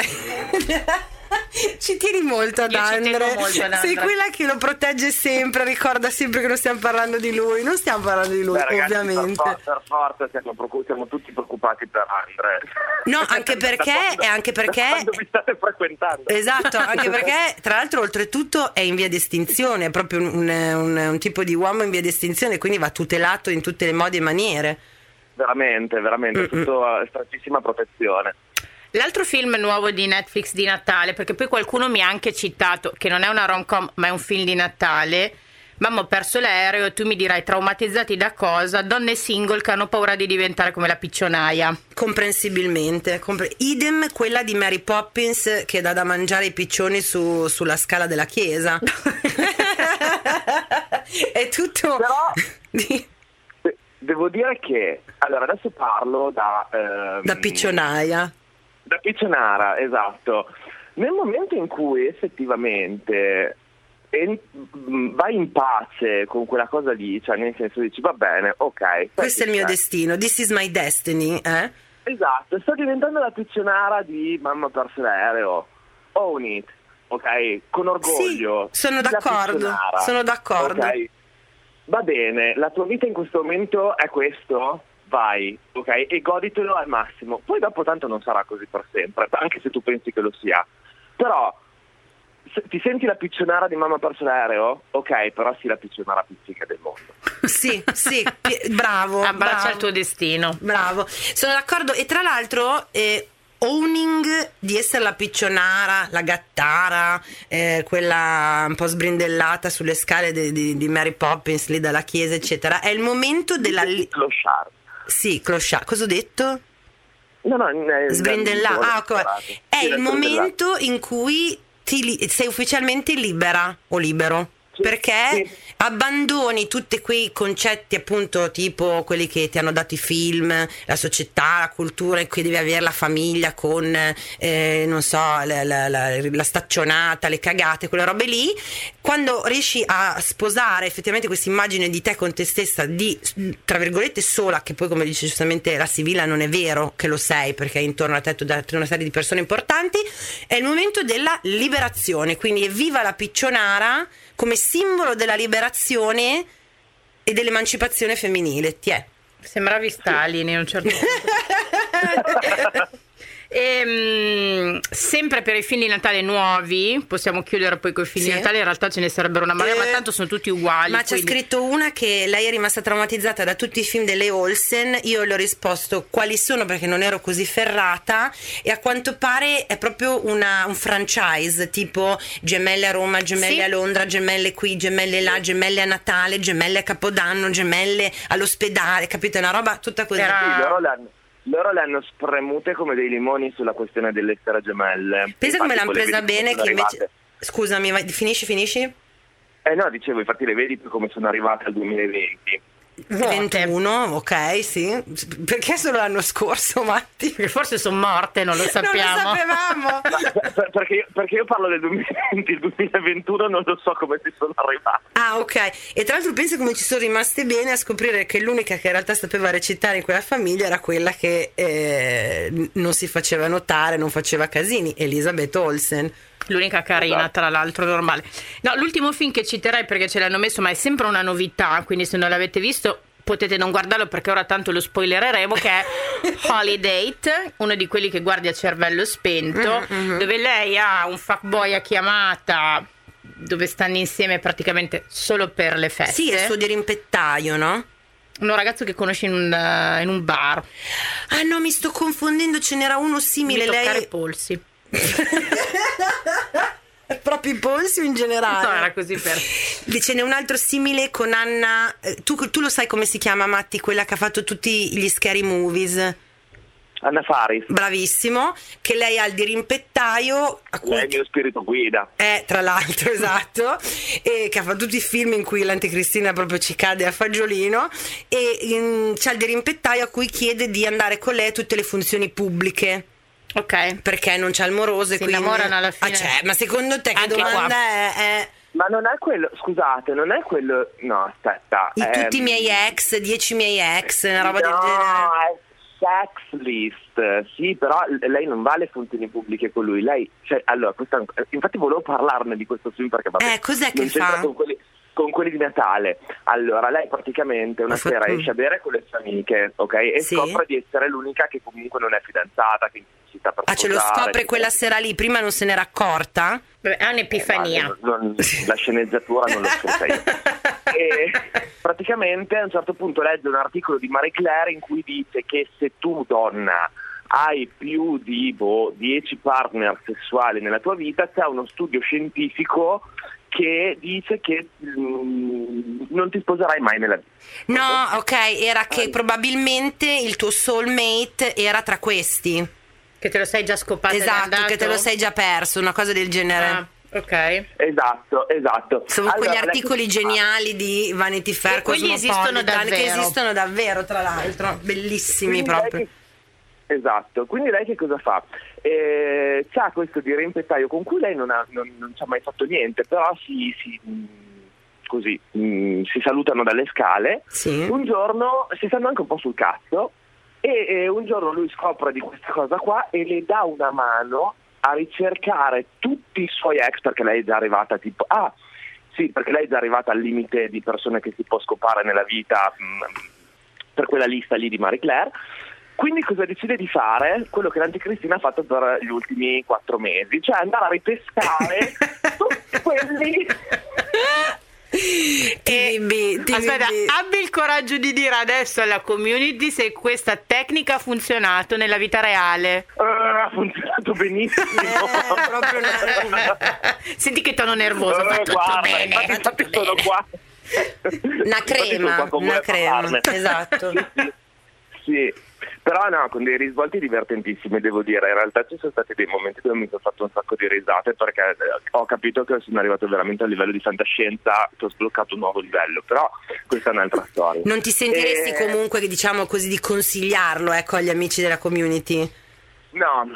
Ci tieni molto ad Andrea. Sei quella che lo protegge sempre, ricorda sempre che non stiamo parlando di lui. Non stiamo parlando di lui, ragazzi, ovviamente. Per forza siamo tutti preoccupati per Andrea. No, anche perché quando vi state frequentando. Esatto, anche perché tra l'altro oltretutto è in via di estinzione, è proprio un tipo di uomo in via di estinzione, quindi va tutelato in tutte le modi e maniere. Veramente, tutto a strettissima protezione. L'altro film nuovo di Netflix di Natale, perché poi qualcuno mi ha anche citato che non è una rom-com ma è un film di Natale, mamma ho perso l'aereo, tu mi dirai traumatizzati da cosa? Donne single che hanno paura di diventare come la piccionaia. Comprensibilmente. Idem quella di Mary Poppins che dà da mangiare ai piccioni sulla scala della chiesa. È tutto... Però devo dire che allora adesso parlo da piccionaia. Da piccionara, esatto. Nel momento in cui effettivamente vai in pace con quella cosa lì, cioè nel senso dici va bene, ok. Questo è il mio destino, this is my destiny, eh? Esatto, sto diventando la piccionara di mamma perso l'aereo. Own it, ok? Con orgoglio. Sì, sono d'accordo. Ok, va bene, la tua vita in questo momento è questo? Vai, ok? E goditelo al massimo. Poi dopo tanto non sarà così per sempre, anche se tu pensi che lo sia. Però ti senti la piccionara di mamma perso l'aereo? Ok, però sì, la piccionara pizzica del mondo. Sì, bravo. Abbraccia il tuo destino. Bravo, sono d'accordo. E tra l'altro owning di essere la piccionara, la gattara, quella un po' sbrindellata sulle scale di Mary Poppins lì dalla chiesa eccetera, è il momento della clochard. Sì, clochard. Cosa ho detto? No, sbrindellata. È il momento in cui sei ufficialmente libera o libero. Perché abbandoni tutti quei concetti appunto tipo quelli che ti hanno dato i film, la società, la cultura in cui devi avere la famiglia con non so la staccionata, le cagate, quelle robe lì. Quando riesci a sposare effettivamente questa immagine di te con te stessa di tra virgolette sola, che poi come dice giustamente la Sibilla non è vero che lo sei perché intorno a te tu hai una serie di persone importanti, è il momento della liberazione, quindi evviva la piccionara come simbolo della liberazione e dell'emancipazione femminile. Sembravi Stalin in un certo punto. Sempre per i film di Natale nuovi, possiamo chiudere poi con i film di Natale, in realtà ce ne sarebbero una marea, ma tanto sono tutti uguali. Ma c'è scritto una che lei è rimasta traumatizzata da tutti i film delle Olsen. Io le ho risposto quali sono perché non ero così ferrata, e a quanto pare è proprio un franchise, tipo Gemelle a Roma, Gemelle a Londra, Gemelle qui, Gemelle là, Gemelle a Natale, Gemelle a Capodanno, Gemelle all'ospedale, capito? È una roba tutta così. Loro le hanno spremute come dei limoni sulla questione dell'essere gemelle. Pensa come l'hanno presa bene, che invece... Scusami, finisci? No, dicevo, infatti le vedi come sono arrivate al 2020. 21, ok, sì. Perché solo l'anno scorso, Matti? Perché forse sono morte, non lo sappiamo. Non lo sapevamo. perché io parlo del 2020, il 2021 non lo so come si sono arrivati. Ah, ok. E tra l'altro penso come ci sono rimaste bene a scoprire che l'unica che in realtà sapeva recitare in quella famiglia era quella che non si faceva notare, non faceva casini, Elisabeth Olsen. L'unica carina, tra l'altro, normale. No, l'ultimo film che citerei perché ce l'hanno messo, ma è sempre una novità, quindi se non l'avete visto potete non guardarlo perché ora tanto lo spoilereremo, che è Holiday, uno di quelli che guardi a cervello spento, dove lei ha un fuckboy a chiamata, dove stanno insieme praticamente solo per le feste. Sì, è il suo dirimpettaio, no? Un ragazzo che conosci in un bar. Ah no, mi sto confondendo, ce n'era uno simile. Di toccare lei... polsi. Proprio i polsi o in generale? No, era così per... Ce n'è un altro simile con Anna. Tu lo sai come si chiama, Matti? Quella che ha fatto tutti gli scary movies. Anna Faris. Bravissimo. Che lei ha il dirimpettaio a cui... Lei è il mio spirito guida. Tra l'altro, esatto. E che ha fatto tutti i film in cui l'anticristina proprio ci cade a fagiolino. E c'ha il dirimpettaio a cui chiede di andare con lei a tutte le funzioni pubbliche. Ok. Perché non c'ha il moroso e quindi... innamorano alla fine. Ma secondo te che anche domanda qua è... Ma non è quello, scusate, non è quello... No, aspetta. Tutti i miei ex, 10 miei ex, una roba del genere. No, è sex list. Sì, però lei non va alle funzioni pubbliche con lui. Lei, allora, infatti volevo parlarne di questo film perché... cos'è che non fa? Con quelli di Natale. Allora, lei praticamente una sera esce a bere con le sue amiche, ok? E scopre di essere l'unica che comunque non è fidanzata, che si sta per sposare. Ce lo scopre quella sera lì, prima non se n'era accorta? È un'epifania. La sceneggiatura non l'ho scritta io. E praticamente a un certo punto legge un articolo di Marie Claire in cui dice che se tu, donna, hai più di 10 partner sessuali nella tua vita, c'è uno studio scientifico che dice che non ti sposerai mai nella vita. No, ok, era che probabilmente il tuo soulmate era tra questi. Che te lo sei già scopato. Esatto, che te lo sei già perso, una cosa del genere. Ah, ok. Esatto. Sono quegli articoli geniali di Vanity Fair, quelli esistono davvero. Che esistono davvero, tra l'altro, bellissimi proprio. Esatto, quindi lei che cosa fa? C'ha questo dirimpettaio con cui lei non ci ha mai fatto niente, però si salutano dalle scale. Sì. Un giorno si stanno anche un po' sul cazzo e un giorno lui scopre di questa cosa qua e le dà una mano a ricercare tutti i suoi ex, perché lei è già arrivata perché lei è già arrivata al limite di persone che si può scopare nella vita per quella lista lì di Marie Claire. Quindi cosa decide di fare? Quello che l'anticristina ha fatto per gli ultimi 4 mesi, cioè andare a ripescare tutti quelli. Aspetta, abbi il coraggio di dire adesso alla community se questa tecnica ha funzionato nella vita reale. Ha funzionato benissimo. Proprio Senti che tono nervoso. Fa tutto bene. Infatti sono qua. Una crema, esatto. Sì. Però no, con dei risvolti divertentissimi, devo dire. In realtà ci sono stati dei momenti dove mi sono fatto un sacco di risate perché ho capito che sono arrivato veramente a livello di fantascienza, che ho sbloccato un nuovo livello, però questa è un'altra storia. Non ti sentiresti comunque, diciamo così, di consigliarlo agli amici della community? No,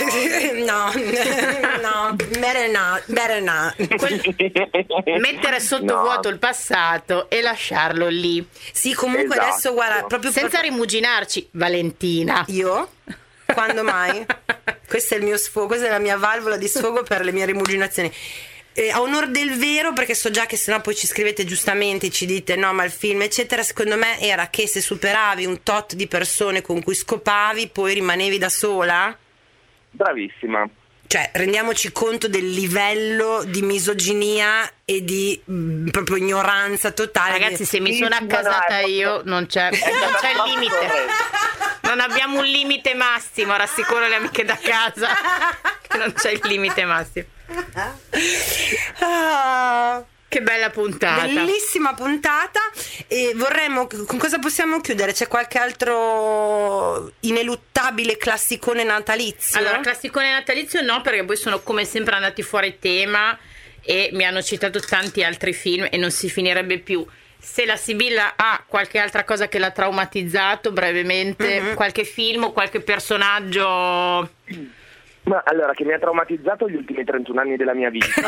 better not. Mettere sottovuoto il passato e lasciarlo lì. Sì, comunque esatto. Adesso guarda, proprio senza rimuginarci, Valentina. Io? Quando mai? Questo è il mio sfogo, questa è la mia valvola di sfogo per le mie rimuginazioni. A onor del vero, perché so già che sennò poi ci scrivete giustamente, ci dite no ma il film eccetera, secondo me era che se superavi un tot di persone con cui scopavi poi rimanevi da sola. Bravissima. cioè rendiamoci conto del livello di misoginia e di proprio ignoranza totale. Ragazzi, se mi sono accasata io non c'è limite. Non abbiamo un limite massimo, rassicuro le amiche da casa che non c'è il limite massimo. Che bella puntata. Bellissima puntata. E vorremmo, con cosa possiamo chiudere? C'è qualche altro ineluttabile classicone natalizio? Allora, classicone natalizio no, perché poi sono come sempre andati fuori tema e mi hanno citato tanti altri film e non si finirebbe più. Se la Sibilla ha qualche altra cosa che l'ha traumatizzato, brevemente, qualche film o qualche personaggio... Ma allora, che mi ha traumatizzato gli ultimi 31 anni della mia vita.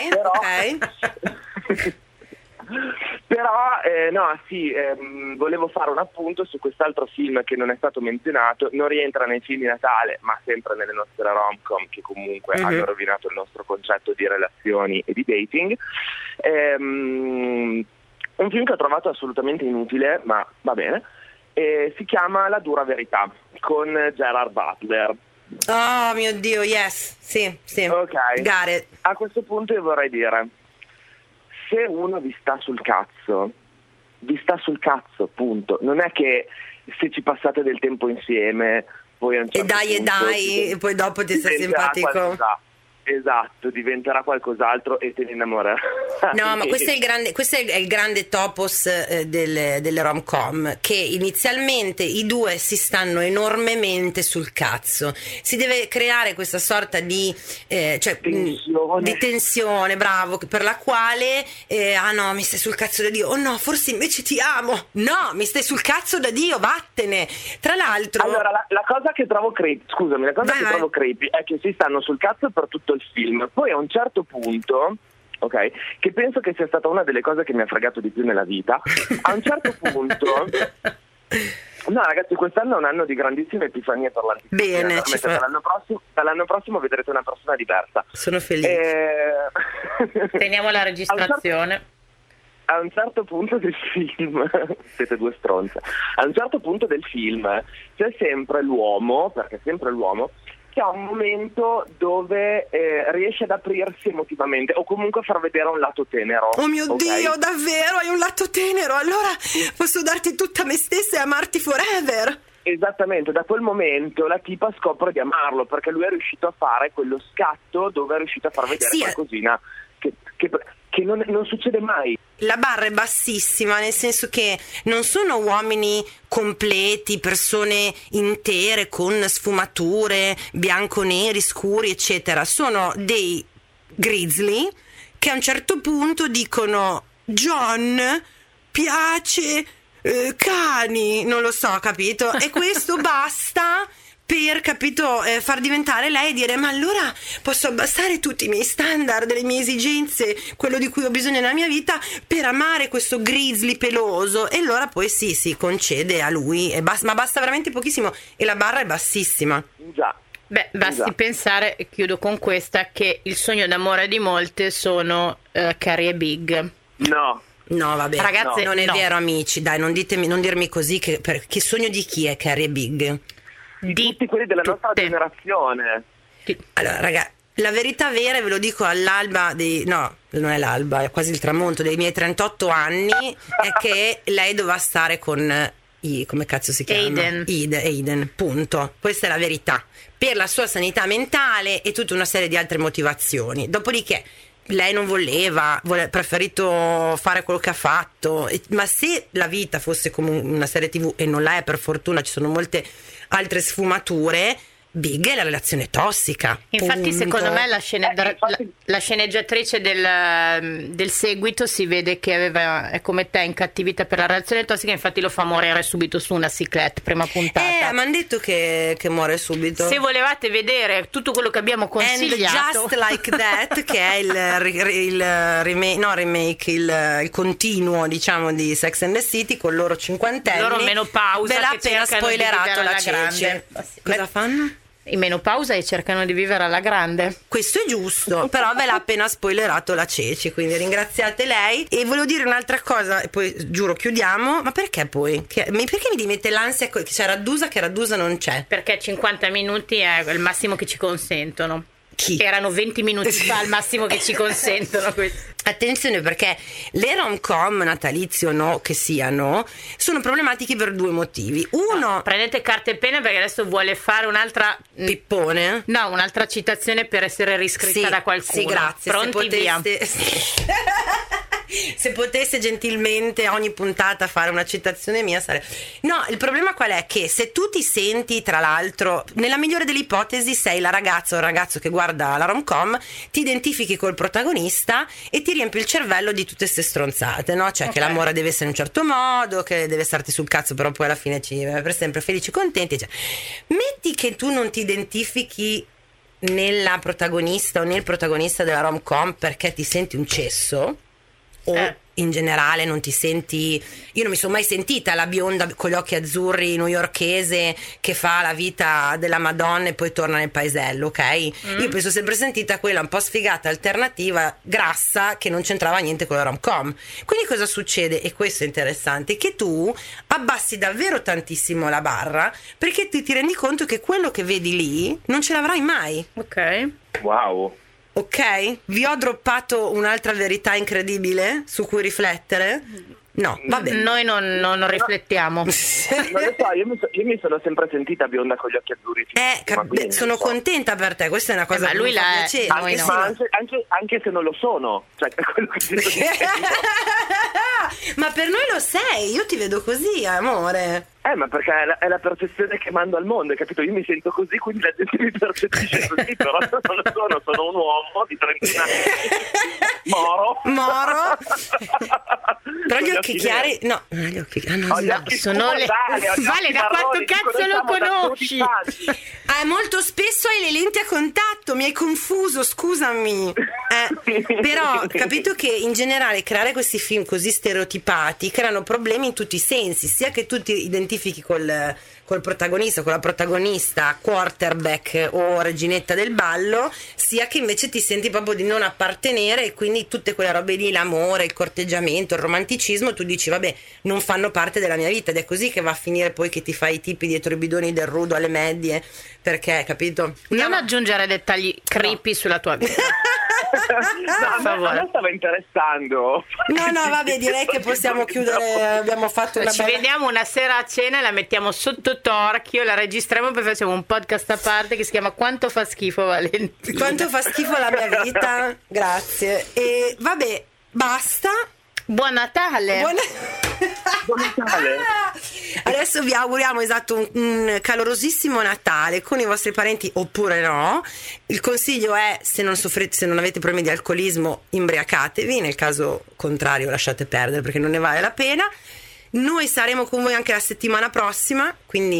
Però no, sì, volevo fare un appunto su quest'altro film che non è stato menzionato, non rientra nei film di Natale, ma sempre nelle nostre rom-com che comunque hanno rovinato il nostro concetto di relazioni e di dating. Un film che ho trovato assolutamente inutile, ma va bene, si chiama La dura verità, con Gerard Butler. Oh mio Dio, yes, sì. Ok, Got it. A questo punto io vorrei dire, se uno vi sta sul cazzo, punto. Non è che se ci passate del tempo insieme, poi a un certo punto e poi dopo ti sta simpatico. Esatto, diventerà qualcos'altro e te ne innamorerai. No, ma questo è il grande topos delle rom-com, che inizialmente i due si stanno enormemente sul cazzo. Si deve creare questa sorta di tensione, bravo, per la quale no, mi stai sul cazzo da Dio. Oh no, forse invece ti amo. No, mi stai sul cazzo da Dio, vattene. Tra l'altro, allora la cosa che trovo creepy, trovo creepy è che si stanno sul cazzo per tutto il film. Poi a un certo punto, ok, che penso che sia stata una delle cose che mi ha fregato di più nella vita, a un certo punto no ragazzi, quest'anno è un anno di grandissime epifanie per l'anticristiano. Bene, dall'anno prossimo vedrete una persona diversa. Sono felice. Teniamo la registrazione. A un certo punto del film siete due stronze. A un certo punto del film c'è sempre l'uomo, perché è sempre l'uomo, che ha un momento dove riesce ad aprirsi emotivamente o comunque a far vedere un lato tenero. Oh mio Dio, davvero hai un lato tenero? Allora posso darti tutta me stessa e amarti forever. Esattamente, da quel momento la tipa scopre di amarlo, perché lui è riuscito a fare quello scatto dove è riuscito a far vedere qualcosina che non succede mai. La barra è bassissima, nel senso che non sono uomini completi, persone intere con sfumature, bianco-neri, scuri, eccetera. Sono dei grizzly che a un certo punto dicono: John piace cani, non lo so, capito? E questo basta per, capito, far diventare lei e dire: ma allora posso abbassare tutti i miei standard, le mie esigenze, quello di cui ho bisogno nella mia vita, per amare questo grizzly peloso. E allora poi si concede a lui, ma basta veramente pochissimo e la barra è bassissima. Già. Beh, basti pensare, e chiudo con questa, che il sogno d'amore di molte sono Carrie e Big. No, vabbè, ragazzi, non è vero, amici, dai, non dirmi così, che sogno di chi è Carrie e Big? Di tutti quelli della nostra generazione. Allora, raga, la verità vera, ve lo dico all'alba no, non è l'alba, è quasi il tramonto dei miei 38 anni, è che lei doveva stare con come cazzo si chiama? Aiden, punto. Questa è la verità, per la sua sanità mentale e tutta una serie di altre motivazioni. Dopodiché lei non voleva preferito fare quello che ha fatto, ma se la vita fosse come una serie TV, e non la è per fortuna, ci sono molte altre sfumature, Big è la relazione tossica. Infatti, punto. Secondo me la sceneggiatrice del seguito si vede che è come te incattivita per la relazione tossica, infatti lo fa morire subito su una ciclette, prima puntata. Mi hanno detto che muore subito. Se volevate vedere tutto quello che abbiamo consigliato, And Just Like That, che è il continuo, diciamo, di Sex and the City con loro cinquantenni, loro menopausa, ve l'ha appena spoilerato la Cece. Cosa fanno? In menopausa e cercano di vivere alla grande. Questo è giusto, però ve l'ha appena spoilerato la Ceci, quindi ringraziate lei. E volevo dire un'altra cosa e poi giuro chiudiamo. Ma perché poi? Perché mi mette l'ansia che c'è Raddusa, che Raddusa non c'è? Perché 50 minuti è il massimo che ci consentono. Chi? Erano 20 minuti fa al massimo che ci consentono questo. Attenzione, perché le rom-com, natalizie o no che siano, sono problematiche per due motivi. Uno, prendete carta e penna perché adesso vuole fare un'altra pippone. No, un'altra citazione per essere riscritta da qualcuno. Sì, grazie. Pronti, via. Se potesse gentilmente ogni puntata fare una citazione mia sarebbe... No, il problema qual è? Che se tu ti senti, tra l'altro, nella migliore delle ipotesi sei la ragazza o il ragazzo che guarda la rom-com, ti identifichi col protagonista e ti riempi il cervello di tutte ste stronzate, no? Cioè che l'amore deve essere in un certo modo, che deve starti sul cazzo, però poi alla fine ci per sempre felici, contenti, cioè. Metti che tu non ti identifichi nella protagonista o nel protagonista della rom-com perché ti senti un cesso, o in generale non ti senti... Io non mi sono mai sentita la bionda con gli occhi azzurri newyorkese che fa la vita della Madonna e poi torna nel paesello, ok? Io mi sono sempre sentita quella un po' sfigata, alternativa, grassa, che non c'entrava niente con la rom-com. Quindi cosa succede? E questo è interessante, che tu abbassi davvero tantissimo la barra perché ti rendi conto che quello che vedi lì non ce l'avrai mai. Ok. Wow. Ok? Vi ho droppato un'altra verità incredibile su cui riflettere? No, vabbè. Noi non riflettiamo. Non lo so, io mi sono sempre sentita bionda con gli occhi azzurri. Sono contenta per te, questa è una cosa ma che lui mi fa piacere. Anche se non lo sono, cioè quello che ti sto dicendo. Ma per noi lo sei, io ti vedo così, amore. Ma perché è la percezione che mando al mondo, hai capito? Io mi sento così, quindi la gente mi percepisce così, però non lo sono un uomo di 30 anni. Moro. Però gli occhi chiari, no, gli occhi chiari, no, sono le... Vale, da quanto cazzo lo conosci? Molto spesso hai le lenti a contatto, mi hai confuso, scusami. Però capito che in generale creare questi film così stereotipati creano problemi in tutti i sensi, sia che tu ti identifichi col protagonista, con la protagonista, quarterback o reginetta del ballo, sia che invece ti senti proprio di non appartenere e quindi tutte quelle robe lì, l'amore, il corteggiamento, il romanticismo, tu dici vabbè, non fanno parte della mia vita, ed è così che va a finire poi che ti fai i tipi dietro i bidoni del rudo alle medie, perché, capito? Non aggiungere dettagli creepy sulla tua vita. No, a me stava interessando. No, vabbè, direi che possiamo chiudere. Abbiamo fatto una Ci vediamo una sera a cena e la mettiamo sotto torchio, la registriamo e poi facciamo un podcast a parte che si chiama Quanto fa schifo Valentina. Quanto fa schifo la mia vita. Grazie. E vabbè, basta. Buon Natale. Buon Natale. Adesso vi auguriamo un calorosissimo Natale con i vostri parenti oppure no. Il consiglio è, se non avete problemi di alcolismo, imbriacatevi, nel caso contrario lasciate perdere perché non ne vale la pena. Noi saremo con voi anche la settimana prossima,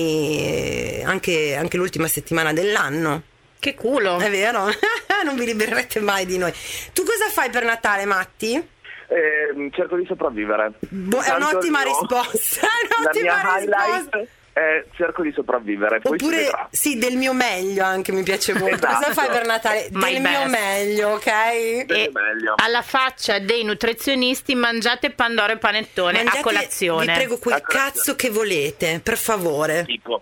quindi anche l'ultima settimana dell'anno. Che culo. È vero? Non vi libererete mai di noi. Tu cosa fai per Natale, Matti? Cerco di sopravvivere. È un'ottima risposta. La mia highlight è cerco di sopravvivere. Poi oppure sì, del mio meglio anche mi piace molto. Esatto. Cosa fai per Natale? Del mio meglio, ok? E alla faccia dei nutrizionisti, mangiate Pandoro e panettone a colazione. Vi prego quel cazzo che volete, per favore. Tipo.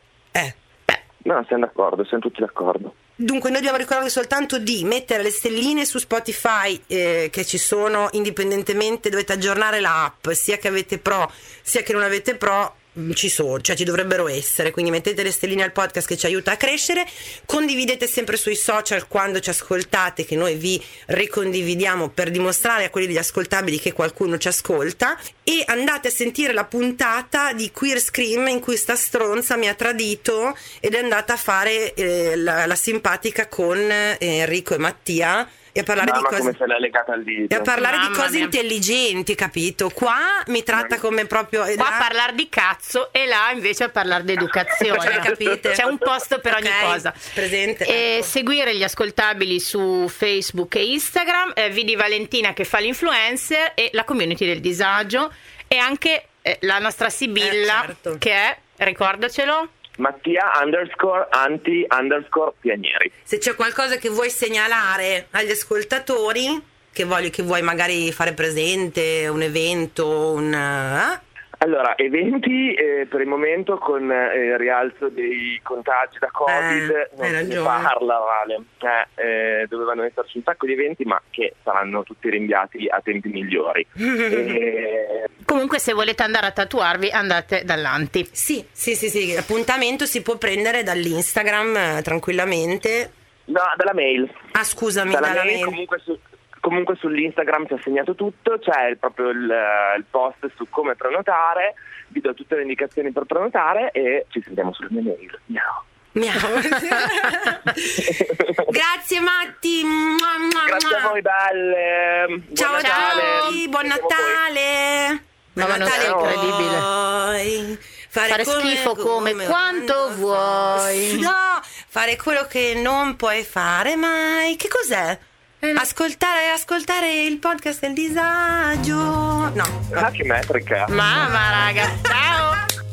No, siamo tutti d'accordo. Dunque noi dobbiamo ricordarvi soltanto di mettere le stelline su Spotify che ci sono indipendentemente, dovete aggiornare l'app, sia che avete Pro sia che non avete Pro, ci sono, cioè ci dovrebbero essere, quindi mettete le stelline al podcast che ci aiuta a crescere, condividete sempre sui social quando ci ascoltate, che noi vi ricondividiamo per dimostrare a quelli degli ascoltabili che qualcuno ci ascolta, e andate a sentire la puntata di Queer Scream in cui sta stronza mi ha tradito ed è andata a fare la simpatica con Enrico e Mattia e a parlare di cose, come se l'è legata al dito. e a parlare di cose intelligenti, capito? Qua mi tratta come proprio qua a parlare di cazzo e là invece a parlare di educazione. Capite? C'è un posto per ogni cosa. Presente. E seguire gli ascoltabili su Facebook e Instagram, Vidi Valentina che fa l'influencer e la community del disagio e anche la nostra Sibilla certo. che è, ricordacelo, Mattia _anti_ Pianieri. Se c'è qualcosa che vuoi segnalare agli ascoltatori, che vuoi magari fare presente, un evento, Allora, eventi per il momento con il rialzo dei contagi da Covid non se ne parla, Vale. Dovevano esserci un sacco di eventi, ma che saranno tutti rinviati a tempi migliori. Comunque, se volete andare a tatuarvi, andate dall'Anti. Sì, l'appuntamento si può prendere dall'Instagram tranquillamente. No, dalla mail. Ah, scusami, dalla mail. Comunque sull'Instagram ci ha segnato tutto, c'è proprio il post su come prenotare, vi do tutte le indicazioni per prenotare e ci sentiamo sulle mie mail. Miau. Grazie Matti. Grazie a voi belle. Ciao a tutti, buon Natale. Ma non è incredibile. Fare schifo come quanto vuoi. No, fare quello che non puoi fare mai. Che cos'è? Ascoltare il podcast del disagio. No. Ah, che metrica. Mamma raga, ciao.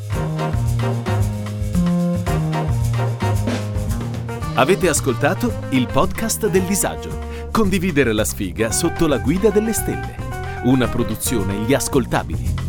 Avete ascoltato il podcast del disagio. Condividere la sfiga sotto la guida delle stelle. Una produzione Gli Ascoltabili.